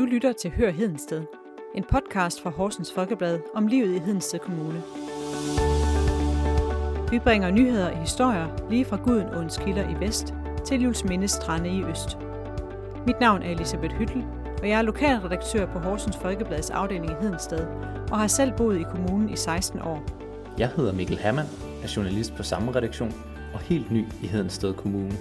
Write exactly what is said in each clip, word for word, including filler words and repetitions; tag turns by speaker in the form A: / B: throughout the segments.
A: Du lytter til Hør Hedensted, en podcast fra Horsens Folkeblad om livet i Hedensted Kommune. Vi bringer nyheder og historier lige fra Gudenåens kilder i vest til Juelsminde Strande i øst. Mit navn er Elisabeth Hyttel, og jeg er lokalredaktør på Horsens Folkeblads afdeling i Hedensted og har selv boet i kommunen i seksten år.
B: Jeg hedder Mikkel Hammann, er journalist på samme redaktion og helt ny i Hedensted Kommune.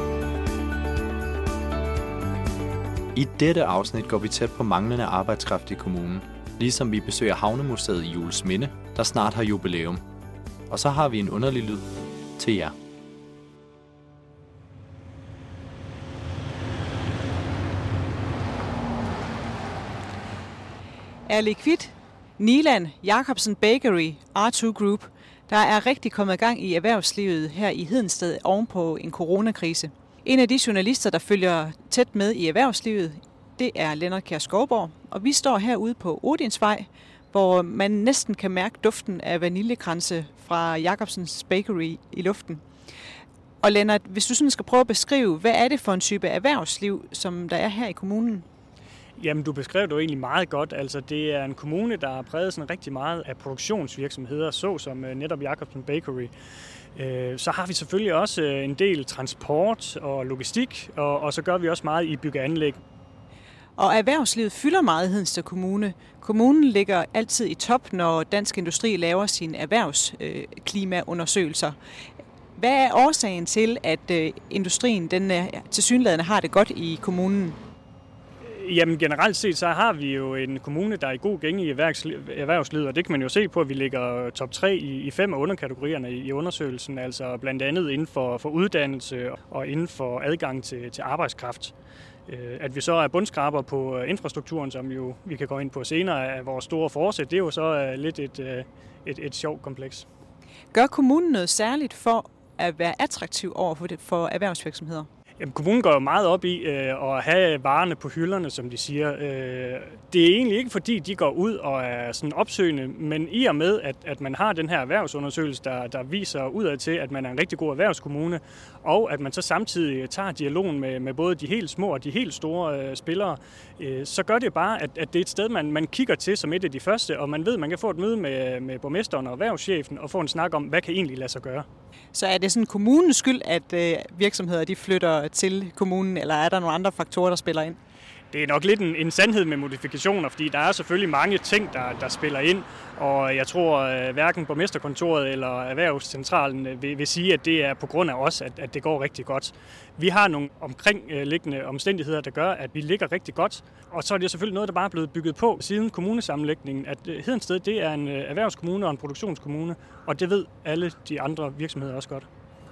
B: I dette afsnit går vi tæt på manglende arbejdskraft i kommunen, ligesom vi besøger Havnemuseet i Juelsminde, der snart har jubilæum. Og så har vi en underlig lyd til jer.
A: Er Liquid, Nilan, Jacobsen Bakery, R to Group, der er rigtig kommet gang i erhvervslivet her i Hedensted ovenpå en coronakrise. En af de journalister, der følger tæt med i erhvervslivet, det er Lennart Kjær Skovborg, og vi står herude på Odinsvej, hvor man næsten kan mærke duften af vaniljekranse fra Jacobsens Bakery i luften. Og Lennart, hvis du sådan skal prøve at beskrive, hvad er det for en type erhvervsliv, som der er her i kommunen?
C: Jamen, du beskrev det jo egentlig meget godt. Altså, det er en kommune, der er præget sådan rigtig meget af produktionsvirksomheder, såsom netop Jacobsen Bakery. Så har vi selvfølgelig også en del transport og logistik, og, og så gør vi også meget i byggeanlæg.
A: Og erhvervslivet fylder meget i Hedensted Kommune. Kommunen ligger altid i top, når Dansk Industri laver sine erhvervsklimaundersøgelser. Hvad er årsagen til, at industrien den tilsyneladende har det godt i kommunen?
C: Jamen generelt set, så har vi jo en kommune, der er i god gænge i erhvervslivet, og det kan man jo se på, at vi ligger top tre i fem af underkategorierne i undersøgelsen, altså blandt andet inden for, for uddannelse og inden for adgang til, til arbejdskraft. At vi så er bundskraber på infrastrukturen, som jo vi kan gå ind på senere af vores store forsæt, det er jo så lidt et, et, et sjovt kompleks.
A: Gør kommunen noget særligt for at være attraktiv over for, det, for erhvervsvirksomheder?
C: Jamen, kommunen går jo meget op i øh, at have varerne på hylderne, som de siger. Øh, det er egentlig ikke, fordi de går ud og er sådan opsøgende, men i og med, at, at man har den her erhvervsundersøgelse, der, der viser udad til, at man er en rigtig god erhvervskommune, og at man så samtidig tager dialogen med, med både de helt små og de helt store øh, spillere, øh, så gør det bare, at, at det er et sted, man, man kigger til som et af de første, og man ved, at man kan få et møde med, med borgmesteren og erhvervschefen og få en snak om, hvad kan egentlig lade sig gøre.
A: Så er det sådan kommunens skyld, at øh, virksomheder de flytter til kommunen, eller er der nogle andre faktorer, der spiller ind?
C: Det er nok lidt en, en sandhed med modifikationer, fordi der er selvfølgelig mange ting, der, der spiller ind, og jeg tror, at hverken borgmesterkontoret eller erhvervscentralen vil, vil sige, at det er på grund af os, at, at det går rigtig godt. Vi har nogle omkringliggende omstændigheder, der gør, at vi ligger rigtig godt, og så er det selvfølgelig noget, der bare er blevet bygget på siden kommunesammenlægningen, at Hedensted det er en erhvervskommune og en produktionskommune, og det ved alle de andre virksomheder også godt.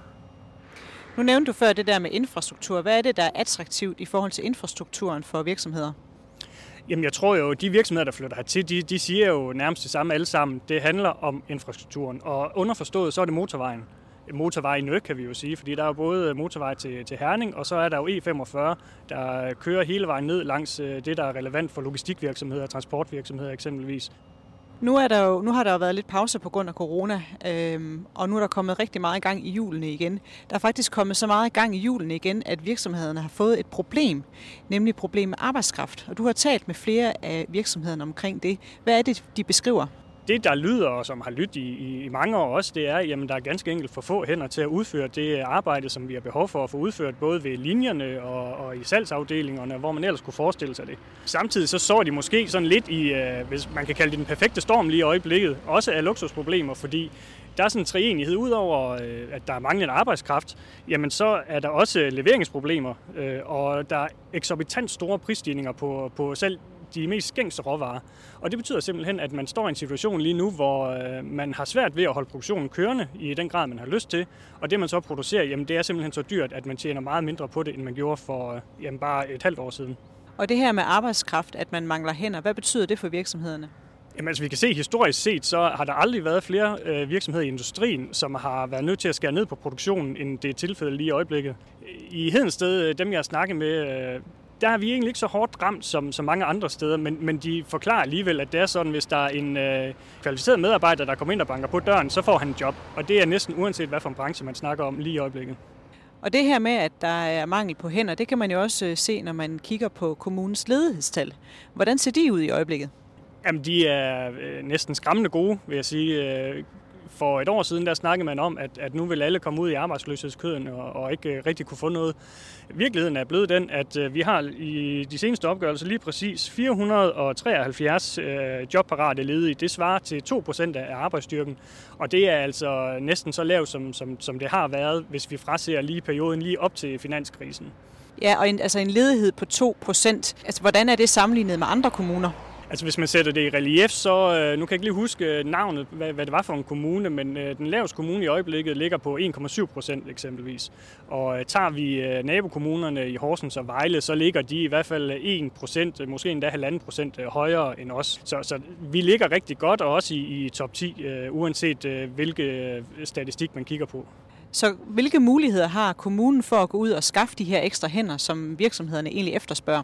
A: Nu nævnte du før det der med infrastruktur. Hvad er det, der er attraktivt i forhold til infrastrukturen for virksomheder?
C: Jamen jeg tror jo, at de virksomheder, der flytter hertil, de, de siger jo nærmest det samme alle sammen. Det handler om infrastrukturen, og underforstået så er det motorvejen. Motorvej i Nøk, kan vi jo sige, fordi der er jo både motorvej til, til Herning, og så er der jo E femogfyrre, der kører hele vejen ned langs det, der er relevant for logistikvirksomheder og transportvirksomheder eksempelvis.
A: Nu, er der jo, nu har der jo været lidt pause på grund af corona, øhm, og nu er der kommet rigtig meget gang i hjulene igen. Der er faktisk kommet så meget gang i hjulene igen, at virksomhederne har fået et problem, nemlig et problem med arbejdskraft. Og du har talt med flere af virksomhederne omkring det. Hvad er det, de beskriver?
C: Det, der lyder, og som har lyttet i, i, i mange år også, det er, at der er ganske enkelt for få hænder til at udføre det arbejde, som vi har behov for at få udført, både ved linjerne og, og i salgsafdelingerne, hvor man ellers kunne forestille sig det. Samtidig så så de måske sådan lidt i, øh, hvis man kan kalde det den perfekte storm lige i øjeblikket, også af luksusproblemer, fordi der er sådan en treenighed. Udover øh, at der er manglende arbejdskraft, jamen så er der også leveringsproblemer, øh, og der er eksorbitant store prisstigninger på, på selv de mest gængse råvarer. Og det betyder simpelthen, at man står i en situation lige nu, hvor øh, man har svært ved at holde produktionen kørende i den grad, man har lyst til. Og det, man så producerer, jamen, det er simpelthen så dyrt, at man tjener meget mindre på det, end man gjorde for øh, jamen, bare et halvt år siden.
A: Og det her med arbejdskraft, at man mangler hænder, hvad betyder det for virksomhederne?
C: Jamen, altså, vi kan se historisk set, så har der aldrig været flere øh, virksomheder i industrien, som har været nødt til at skære ned på produktionen, end det er tilfældet lige i øjeblikket. I Hedensted, dem jeg har snakket med, øh, der er vi egentlig ikke så hårdt ramt som, som mange andre steder, men, men de forklarer alligevel, at det er sådan, hvis der er en øh, kvalificeret medarbejder, der kommer ind og banker på døren, så får han en job. Og det er næsten uanset, hvad for en branche man snakker om lige i øjeblikket.
A: Og det her med, at der er mangel på hænder, det kan man jo også se, når man kigger på kommunens ledighedstal. Hvordan ser de ud i øjeblikket?
C: Jamen, de er næsten skræmmende gode, vil jeg sige. For et år siden, der snakkede man om, at, at nu vil alle komme ud i arbejdsløshedskøen og, og ikke rigtig kunne få noget. Virkeligheden er blevet den, at vi har i de seneste opgørelser lige præcis fire hundrede og treoghalvfjerds øh, jobparate ledige. Det svarer til to procent af arbejdsstyrken, og det er altså næsten så lavt, som, som, som det har været, hvis vi fraser lige perioden lige op til finanskrisen.
A: Ja, og en, altså en ledighed på to procent. Altså, hvordan er det sammenlignet med andre kommuner?
C: Altså hvis man sætter det i relief, så øh, nu kan jeg ikke lige huske navnet, hvad, hvad det var for en kommune, men øh, den laveste kommune i øjeblikket ligger på en komma syv procent eksempelvis. Og øh, tager vi øh, nabokommunerne i Horsens og Vejle, så ligger de i hvert fald en procent, måske endda halvanden procent højere end os. Så, så vi ligger rigtig godt, og også i, i top ti, øh, uanset øh, hvilke statistik man kigger på.
A: Så hvilke muligheder har kommunen for at gå ud og skaffe de her ekstra hænder, som virksomhederne egentlig efterspørger?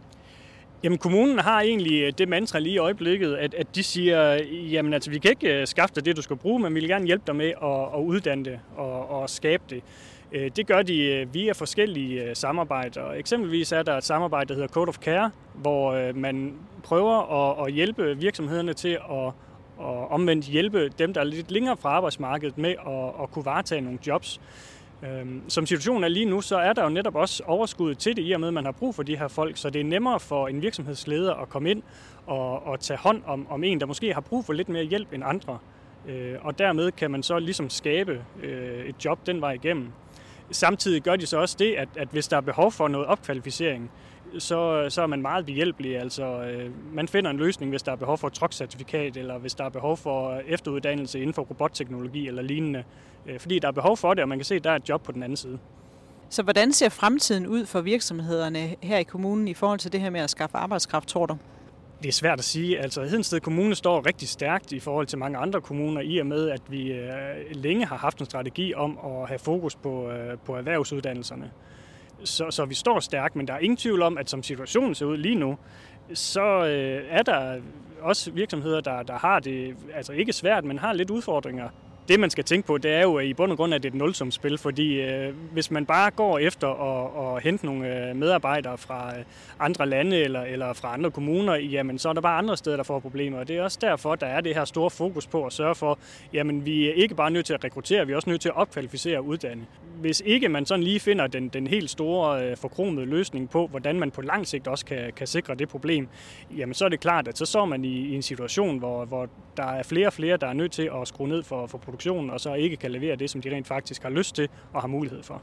C: Jamen, kommunen har egentlig det mantra lige i øjeblikket, at, at de siger, jamen altså, vi kan ikke skaffe dig det, du skal bruge, men vi vil gerne hjælpe dig med at, at uddanne det og, og skabe det. Det gør de via forskellige samarbejder. Eksempelvis er der et samarbejde, der hedder Code of Care, hvor man prøver at, at hjælpe virksomhederne til at og omvendt hjælpe dem, der er lidt længere fra arbejdsmarkedet med at, at kunne varetage nogle jobs. Som situationen er lige nu, så er der jo netop også overskud til det, i og med, at man har brug for de her folk, så det er nemmere for en virksomhedsleder at komme ind og, og tage hånd om, om en, der måske har brug for lidt mere hjælp end andre. Og dermed kan man så ligesom skabe et job den vej igennem. Samtidig gør de så også det, at, at hvis der er behov for noget opkvalificering, så, så er man meget behjælpelig. Altså, man finder en løsning, hvis der er behov for et truckcertifikat, eller hvis der er behov for efteruddannelse inden for robotteknologi eller lignende. Fordi der er behov for det, og man kan se, at der er et job på den anden side.
A: Så hvordan ser fremtiden ud for virksomhederne her i kommunen i forhold til det her med at skaffe arbejdskraft, tror du?
C: Det er svært at sige. Altså, Hedensted Kommune står rigtig stærkt i forhold til mange andre kommuner, i og med, at vi øh, længe har haft en strategi om at have fokus på, øh, på erhvervsuddannelserne. Så, så vi står stærkt, men der er ingen tvivl om, at som situationen ser ud lige nu, så øh, er der også virksomheder, der, der har det, altså ikke svært, men har lidt udfordringer. Det, man skal tænke på, det er jo, at i bund og grund er det et nulsumsspil, fordi øh, hvis man bare går efter at, at hente nogle medarbejdere fra andre lande eller, eller fra andre kommuner, jamen så er der bare andre steder, der får problemer. Og det er også derfor, der er det her store fokus på at sørge for, jamen vi er ikke bare nødt til at rekruttere, vi er også nødt til at opkvalificere og uddanne. Hvis ikke man sådan lige finder den, den helt store øh, forkromede løsning på, hvordan man på lang sigt også kan, kan sikre det problem, jamen så er det klart, at så står man i, i en situation, hvor, hvor der er flere og flere, der er nødt til at skrue ned for, for produktionen, og så ikke kan levere det, som de rent faktisk har lyst til og har mulighed for.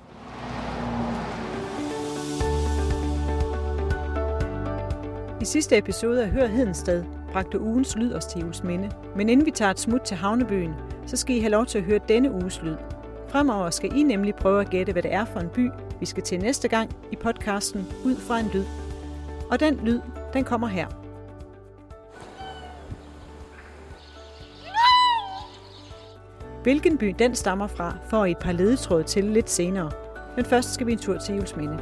A: I sidste episode af Hør Hedensted bragte ugens lyd os til Juelsminde. Men inden vi tager et smut til havnebyen, så skal I have lov til at høre denne uges lyd. Fremover skal I nemlig prøve at gætte, hvad det er for en by, vi skal til næste gang i podcasten Ud fra en lyd. Og den lyd, den kommer her. Hvilken by den stammer fra, får I et par ledetråde til lidt senere. Men først skal vi en tur til Juelsminde.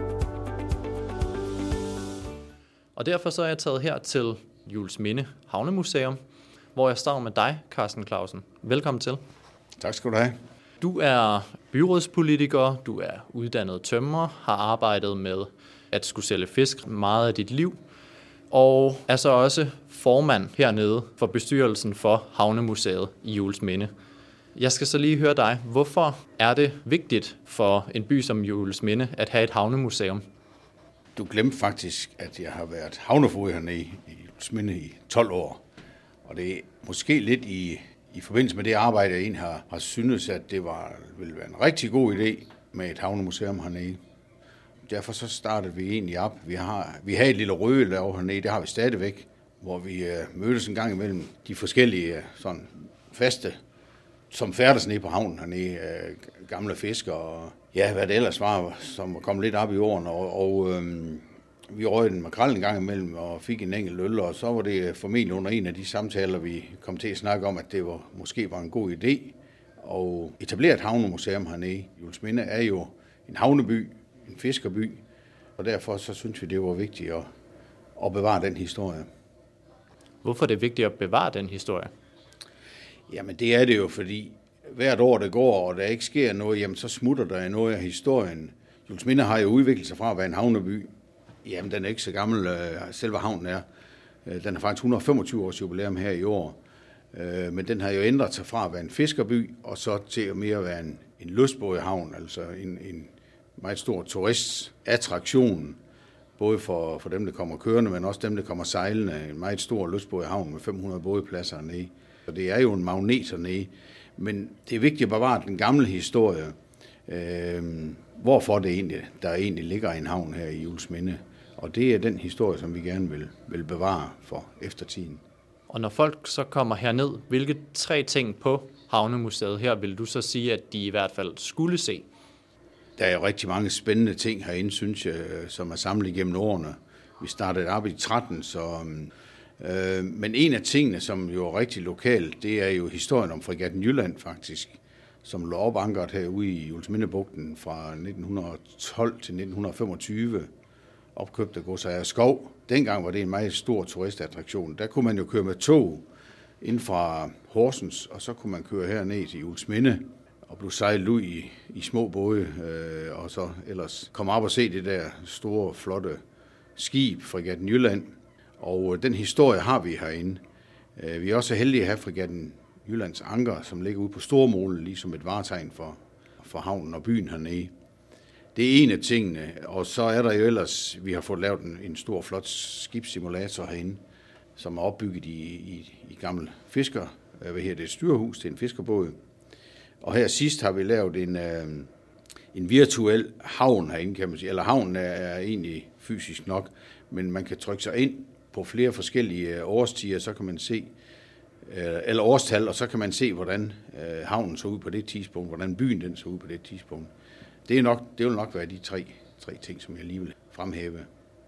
B: Og derfor så er jeg taget her til Juelsminde Havnemuseum, hvor jeg står med dig, Carsten Clausen. Velkommen til.
D: Tak skal du have.
B: Du er byrådspolitiker, du er uddannet tømrer, har arbejdet med at skulle sælge fisk meget af dit liv, og er så også formand hernede for bestyrelsen for Havnemuseet i Juelsminde. Jeg skal så lige høre dig, hvorfor er det vigtigt for en by som Juelsminde at have et havnemuseum?
D: Du glemte faktisk, at jeg har været havnefoged hernede i Juelsminde i tolv år. Og det er måske lidt i, i forbindelse med det arbejde, jeg egentlig har, har syntes, at det var, ville være en rigtig god idé med et havnemuseum hernede. Derfor så startede vi egentlig op. Vi har, vi har et lille røde derovre hernede, det har vi stadigvæk, hvor vi uh, mødes en gang imellem de forskellige uh, sådan faste, som færdes nede på havnen hernede, uh, gamle fiskere og ja, hvad det ellers var, som kom lidt op i jorden. Og, og øhm, vi røg en makrel en gang imellem og fik en enkelt øl, og så var det formentlig under en af de samtaler, vi kom til at snakke om, at det var, måske var en god idé at etablere et havnemuseum hernede. Juelsminde er jo en havneby, en fiskerby, og derfor så synes vi, det var vigtigt at, at bevare den historie.
B: Hvorfor er det vigtigt at bevare den historie?
D: Jamen det er det jo, fordi hvert år, der går, og der ikke sker noget, jamen så smutter der noget af historien. Juelsminde har jo udviklet sig fra at være en havneby. Jamen, den er ikke så gammel, selve havnen er. Den har faktisk et hundrede og femogtyve års jubilæum her i år. Men den har jo ændret sig fra at være en fiskerby, og så til at mere være en, en lystbådehavn, altså en, en meget stor turistattraktion, både for, for dem, der kommer kørende, men også dem, der kommer sejlende. En meget stor lystbådehavn med fem hundrede bådepladser nede. Så det er jo en magnet hernede. Men det er vigtigt at bevare den gamle historie. Øh, hvorfor det egentlig, der egentlig ligger en havn her i Juelsminde. Og det er den historie, som vi gerne vil, vil bevare for eftertiden.
B: Og når folk så kommer herned, hvilke tre ting på Havnemuseet her vil du så sige, at de i hvert fald skulle se?
D: Der er jo rigtig mange spændende ting herinde, synes jeg, som er samlet igennem årene. Vi startede op i tretten, så... Øh, men en af tingene, som jo er rigtig lokalt, det er jo historien om fregatten Jylland faktisk, som lå opankret herude i Juelsmindebugten fra nitten tolv til nitten femogtyve, opkøbt af godsejer Skov. Dengang var det en meget stor turistattraktion. Der kunne man jo køre med tog ind fra Horsens, og så kunne man køre herned til Juelsminde og blive sejlet ud i, i små både, øh, og så ellers komme op og se det der store, flotte skib, fregatten Jylland. Og den historie har vi herinde. Vi er også heldige at have fregatten Jyllands Anker, som ligger ude på Stormole, ligesom et varetegn for, for havnen og byen hernede. Det er en af tingene, og så er der jo ellers, vi har fået lavet en, en stor, flot skibssimulator herinde, som er opbygget i, i, i gammel fisker, hvad her det er et styrhus til en fiskerbåd. Og her sidst har vi lavet en, en virtuel havn herinde, kan man sige. Eller havnen er, er egentlig fysisk nok, men man kan trykke sig ind på flere forskellige årstider, så kan man se, eller årstal, og så kan man se, hvordan havnen så ud på det tidspunkt, hvordan byen den så ud på det tidspunkt. Det, er nok, det vil nok være de tre, tre ting, som jeg lige vil fremhæve.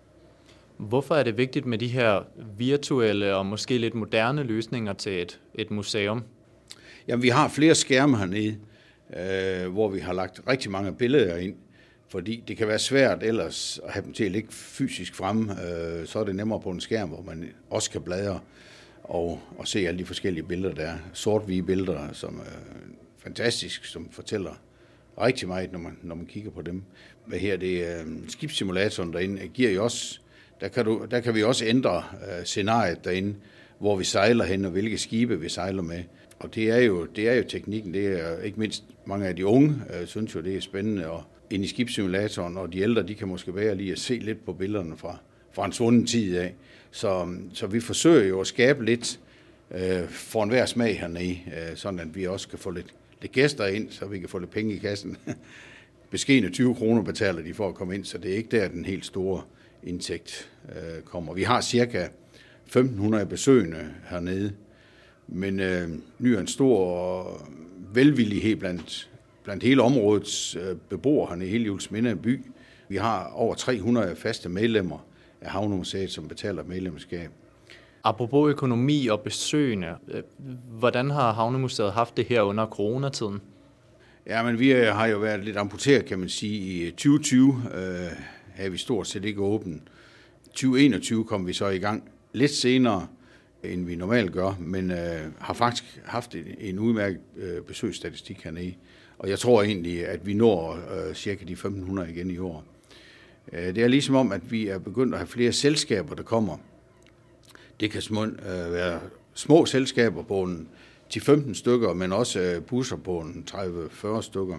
B: Hvorfor er det vigtigt med de her virtuelle og måske lidt moderne løsninger til et, et museum?
D: Jamen, vi har flere skærme hernede, øh, hvor vi har lagt rigtig mange billeder ind, fordi det kan være svært ellers at have dem til at ligge fysisk fremme. Øh, så er det nemmere på en skærm, hvor man også kan bladre og, og se alle de forskellige billeder, der er. Sort-hvide billeder, som er fantastisk, som fortæller rigtig meget, når man, når man kigger på dem. Hvad her det øh, skibssimulatoren derinde giver jo også, der kan, du, der kan vi også ændre øh, scenariet derinde, hvor vi sejler hen, og hvilke skibe vi sejler med. Og det er jo, det er jo teknikken, det er ikke mindst mange af de unge, øh, synes jo, det er spændende at ind i skibssimulatoren, og de ældre, de kan måske være lige at se lidt på billederne fra, fra en svunden tid af. Så, så vi forsøger jo at skabe lidt øh, for enhver smag hernede, øh, sådan at vi også kan få lidt, lidt gæster ind, så vi kan få lidt penge i kassen. Beskeden tyve kroner betaler de for at komme ind, så det er ikke der, den helt store indtægt øh, kommer. Vi har cirka femten hundrede besøgende hernede, men øh, ny er en stor velvillighed blandt, blandt hele områdets øh, beboere hernede i hele Juelsminde by. Vi har over tre hundrede faste medlemmer af Havnemuseet, som betaler medlemskab.
B: Apropos økonomi og besøgende, hvordan har Havnemuseet haft det her under coronatiden?
D: Ja, men vi har jo været lidt amputeret, kan man sige. I tyve tyve øh, havde vi stort set ikke åbent. tyve enogtyve kom vi så i gang lidt senere, end vi normalt gør, men øh, har faktisk haft en, en udmærket øh, besøgsstatistik hernede. Og jeg tror egentlig, at vi når øh, cirka de femten hundrede igen i år. Øh, det er ligesom om, at vi er begyndt at have flere selskaber, der kommer. Det kan små, øh, være små selskaber på en ti til femten stykker, men også øh, busser på en tredive til fyrre stykker.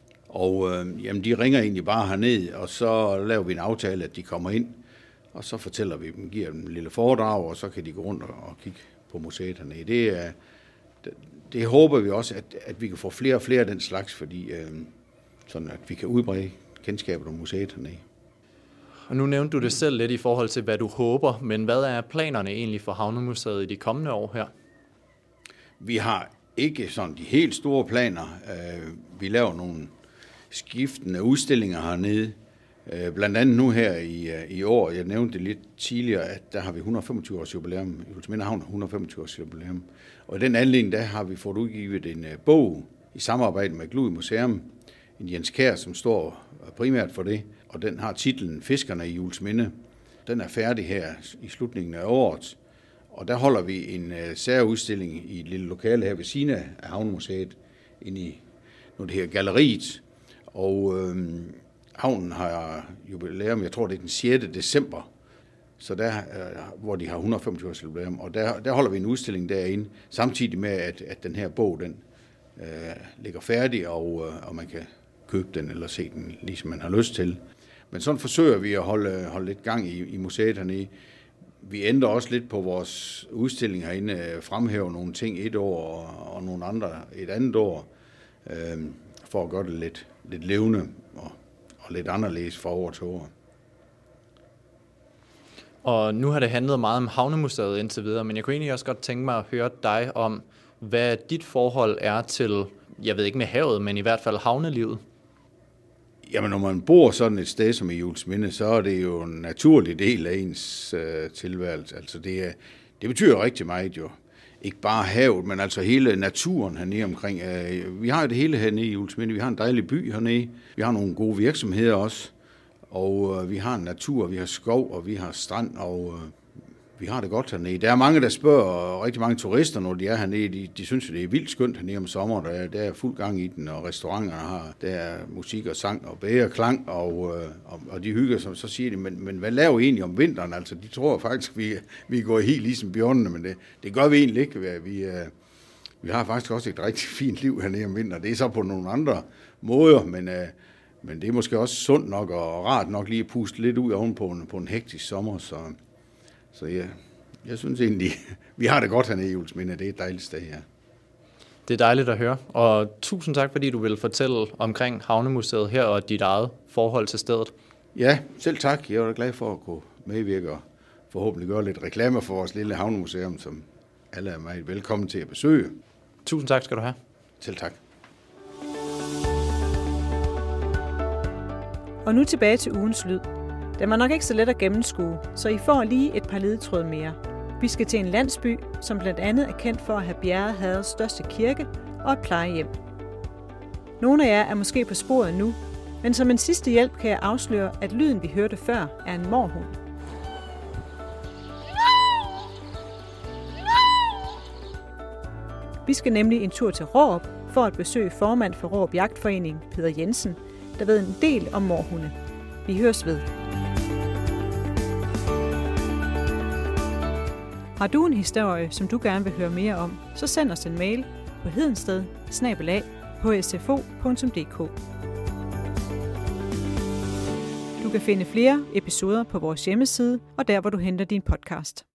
D: Og øh, jamen, de ringer egentlig bare herned, og så laver vi en aftale, at de kommer ind, og så fortæller vi dem, giver dem en lille foredrag, og så kan de gå rundt og, og kigge på museet hernede. Det, er, det, det håber vi også, at, at vi kan få flere og flere af den slags, fordi øh, sådan at vi kan udbrede kendskabet om museet hernede.
B: Og nu nævnte du det selv lidt i forhold til, hvad du håber, men hvad er planerne egentlig for Havnemuseet i de kommende år her?
D: Vi har ikke sådan de helt store planer. Vi laver nogle skiftende udstillinger hernede. Blandt andet nu her i, i år, jeg nævnte det lidt tidligere, at der har vi et hundrede og femogtyve års jubilæum. I Juelsminde Havn har et hundrede og femogtyve års jubilæum. Og i den anledning, der har vi fået udgivet en bog i samarbejde med Glud Museum. En Jens Kjær, som står primært for det. Og den har titlen Fiskerne i Juelsminde. Den er færdig her i slutningen af året. Og der holder vi en særudstilling i et lille lokale her ved siden af Havnemuseet inde i noget, det her galleriet. Og øh, havnen har jubilæum, jeg tror det er den sjette december, så der, øh, hvor de har et hundrede og femogtyve års jubilæum, og der, der holder vi en udstilling derinde, samtidig med, at, at den her bog, den øh, ligger færdig, og, øh, og man kan købe den eller se den, ligesom man har lyst til. Men sådan forsøger vi at holde, holde lidt gang i, i museet hernede. Vi ændrer også lidt på vores udstilling herinde, fremhæver nogle ting et år, og, og nogle andre et andet år, øh, for at gøre det lidt, lidt levende og, og lidt anderledes fra år til år.
B: Og nu har det handlet meget om Havnemuseet indtil videre, men jeg kunne egentlig også godt tænke mig at høre dig om, hvad dit forhold er til, jeg ved ikke med havet, men i hvert fald havnelivet.
D: Jamen, når man bor sådan et sted som i Juelsminde, så er det jo en naturlig del af ens øh, tilværelse. Altså, det, er, det betyder rigtig meget jo. Ikke bare havet, men altså hele naturen hernede omkring. Øh, vi har jo det hele hernede i Juelsminde. Vi har en dejlig by hernede. Vi har nogle gode virksomheder også. Og øh, vi har en natur, vi har skov, og vi har strand, og øh, vi har det godt hernede. Der er mange, der spørger, og rigtig mange turister, når de er hernede, de, de synes, at det er vildt skønt hernede om sommeren. Der, der er fuld gang i den, og restauranterne har, der er musik og sang og bære klang, og, øh, og, og de hygger sig, så siger de, men, men hvad laver I egentlig om vinteren? Altså, de tror faktisk, vi, vi går helt ligesom bjørnene, men det, det gør vi egentlig ikke. Vi, øh, vi har faktisk også et rigtig fint liv hernede om vinteren. Det er så på nogle andre måder, men... Øh, Men det er måske også sundt nok og rart nok lige at puste lidt ud oven på en, på en hektisk sommer. Så, så ja, jeg synes egentlig, vi har det godt hernede i Juelsminde. Det er et dejligt sted her.
B: Det er dejligt at høre. Og tusind tak, fordi du vil fortælle omkring Havnemuseet her og dit eget forhold til stedet.
D: Ja, selv tak. Jeg er da glad for at kunne medvirke og forhåbentlig gøre lidt reklame for vores lille havnemuseum, som alle er meget velkommen til at besøge.
B: Tusind tak skal du have.
D: Selv tak.
A: Og nu tilbage til ugens lyd. Den var nok ikke så let at gennemskue, så I får lige et par ledetråd mere. Vi skal til en landsby, som blandt andet er kendt for at have Bjerre Herreds største kirke og et plejehjem. Nogle af jer er måske på sporet nu, men som en sidste hjælp kan jeg afsløre, at lyden vi hørte før er en mårhund. Vi skal nemlig en tur til Rårup for at besøge formand for Rårup Jagtforening, Peter Jensen, der ved en del om mårhunde. Vi høres ved. Har du en historie, som du gerne vil høre mere om, så send os en mail på hedensted bindestreg h s f o punktum d k. Du kan finde flere episoder på vores hjemmeside og der, hvor du henter din podcast.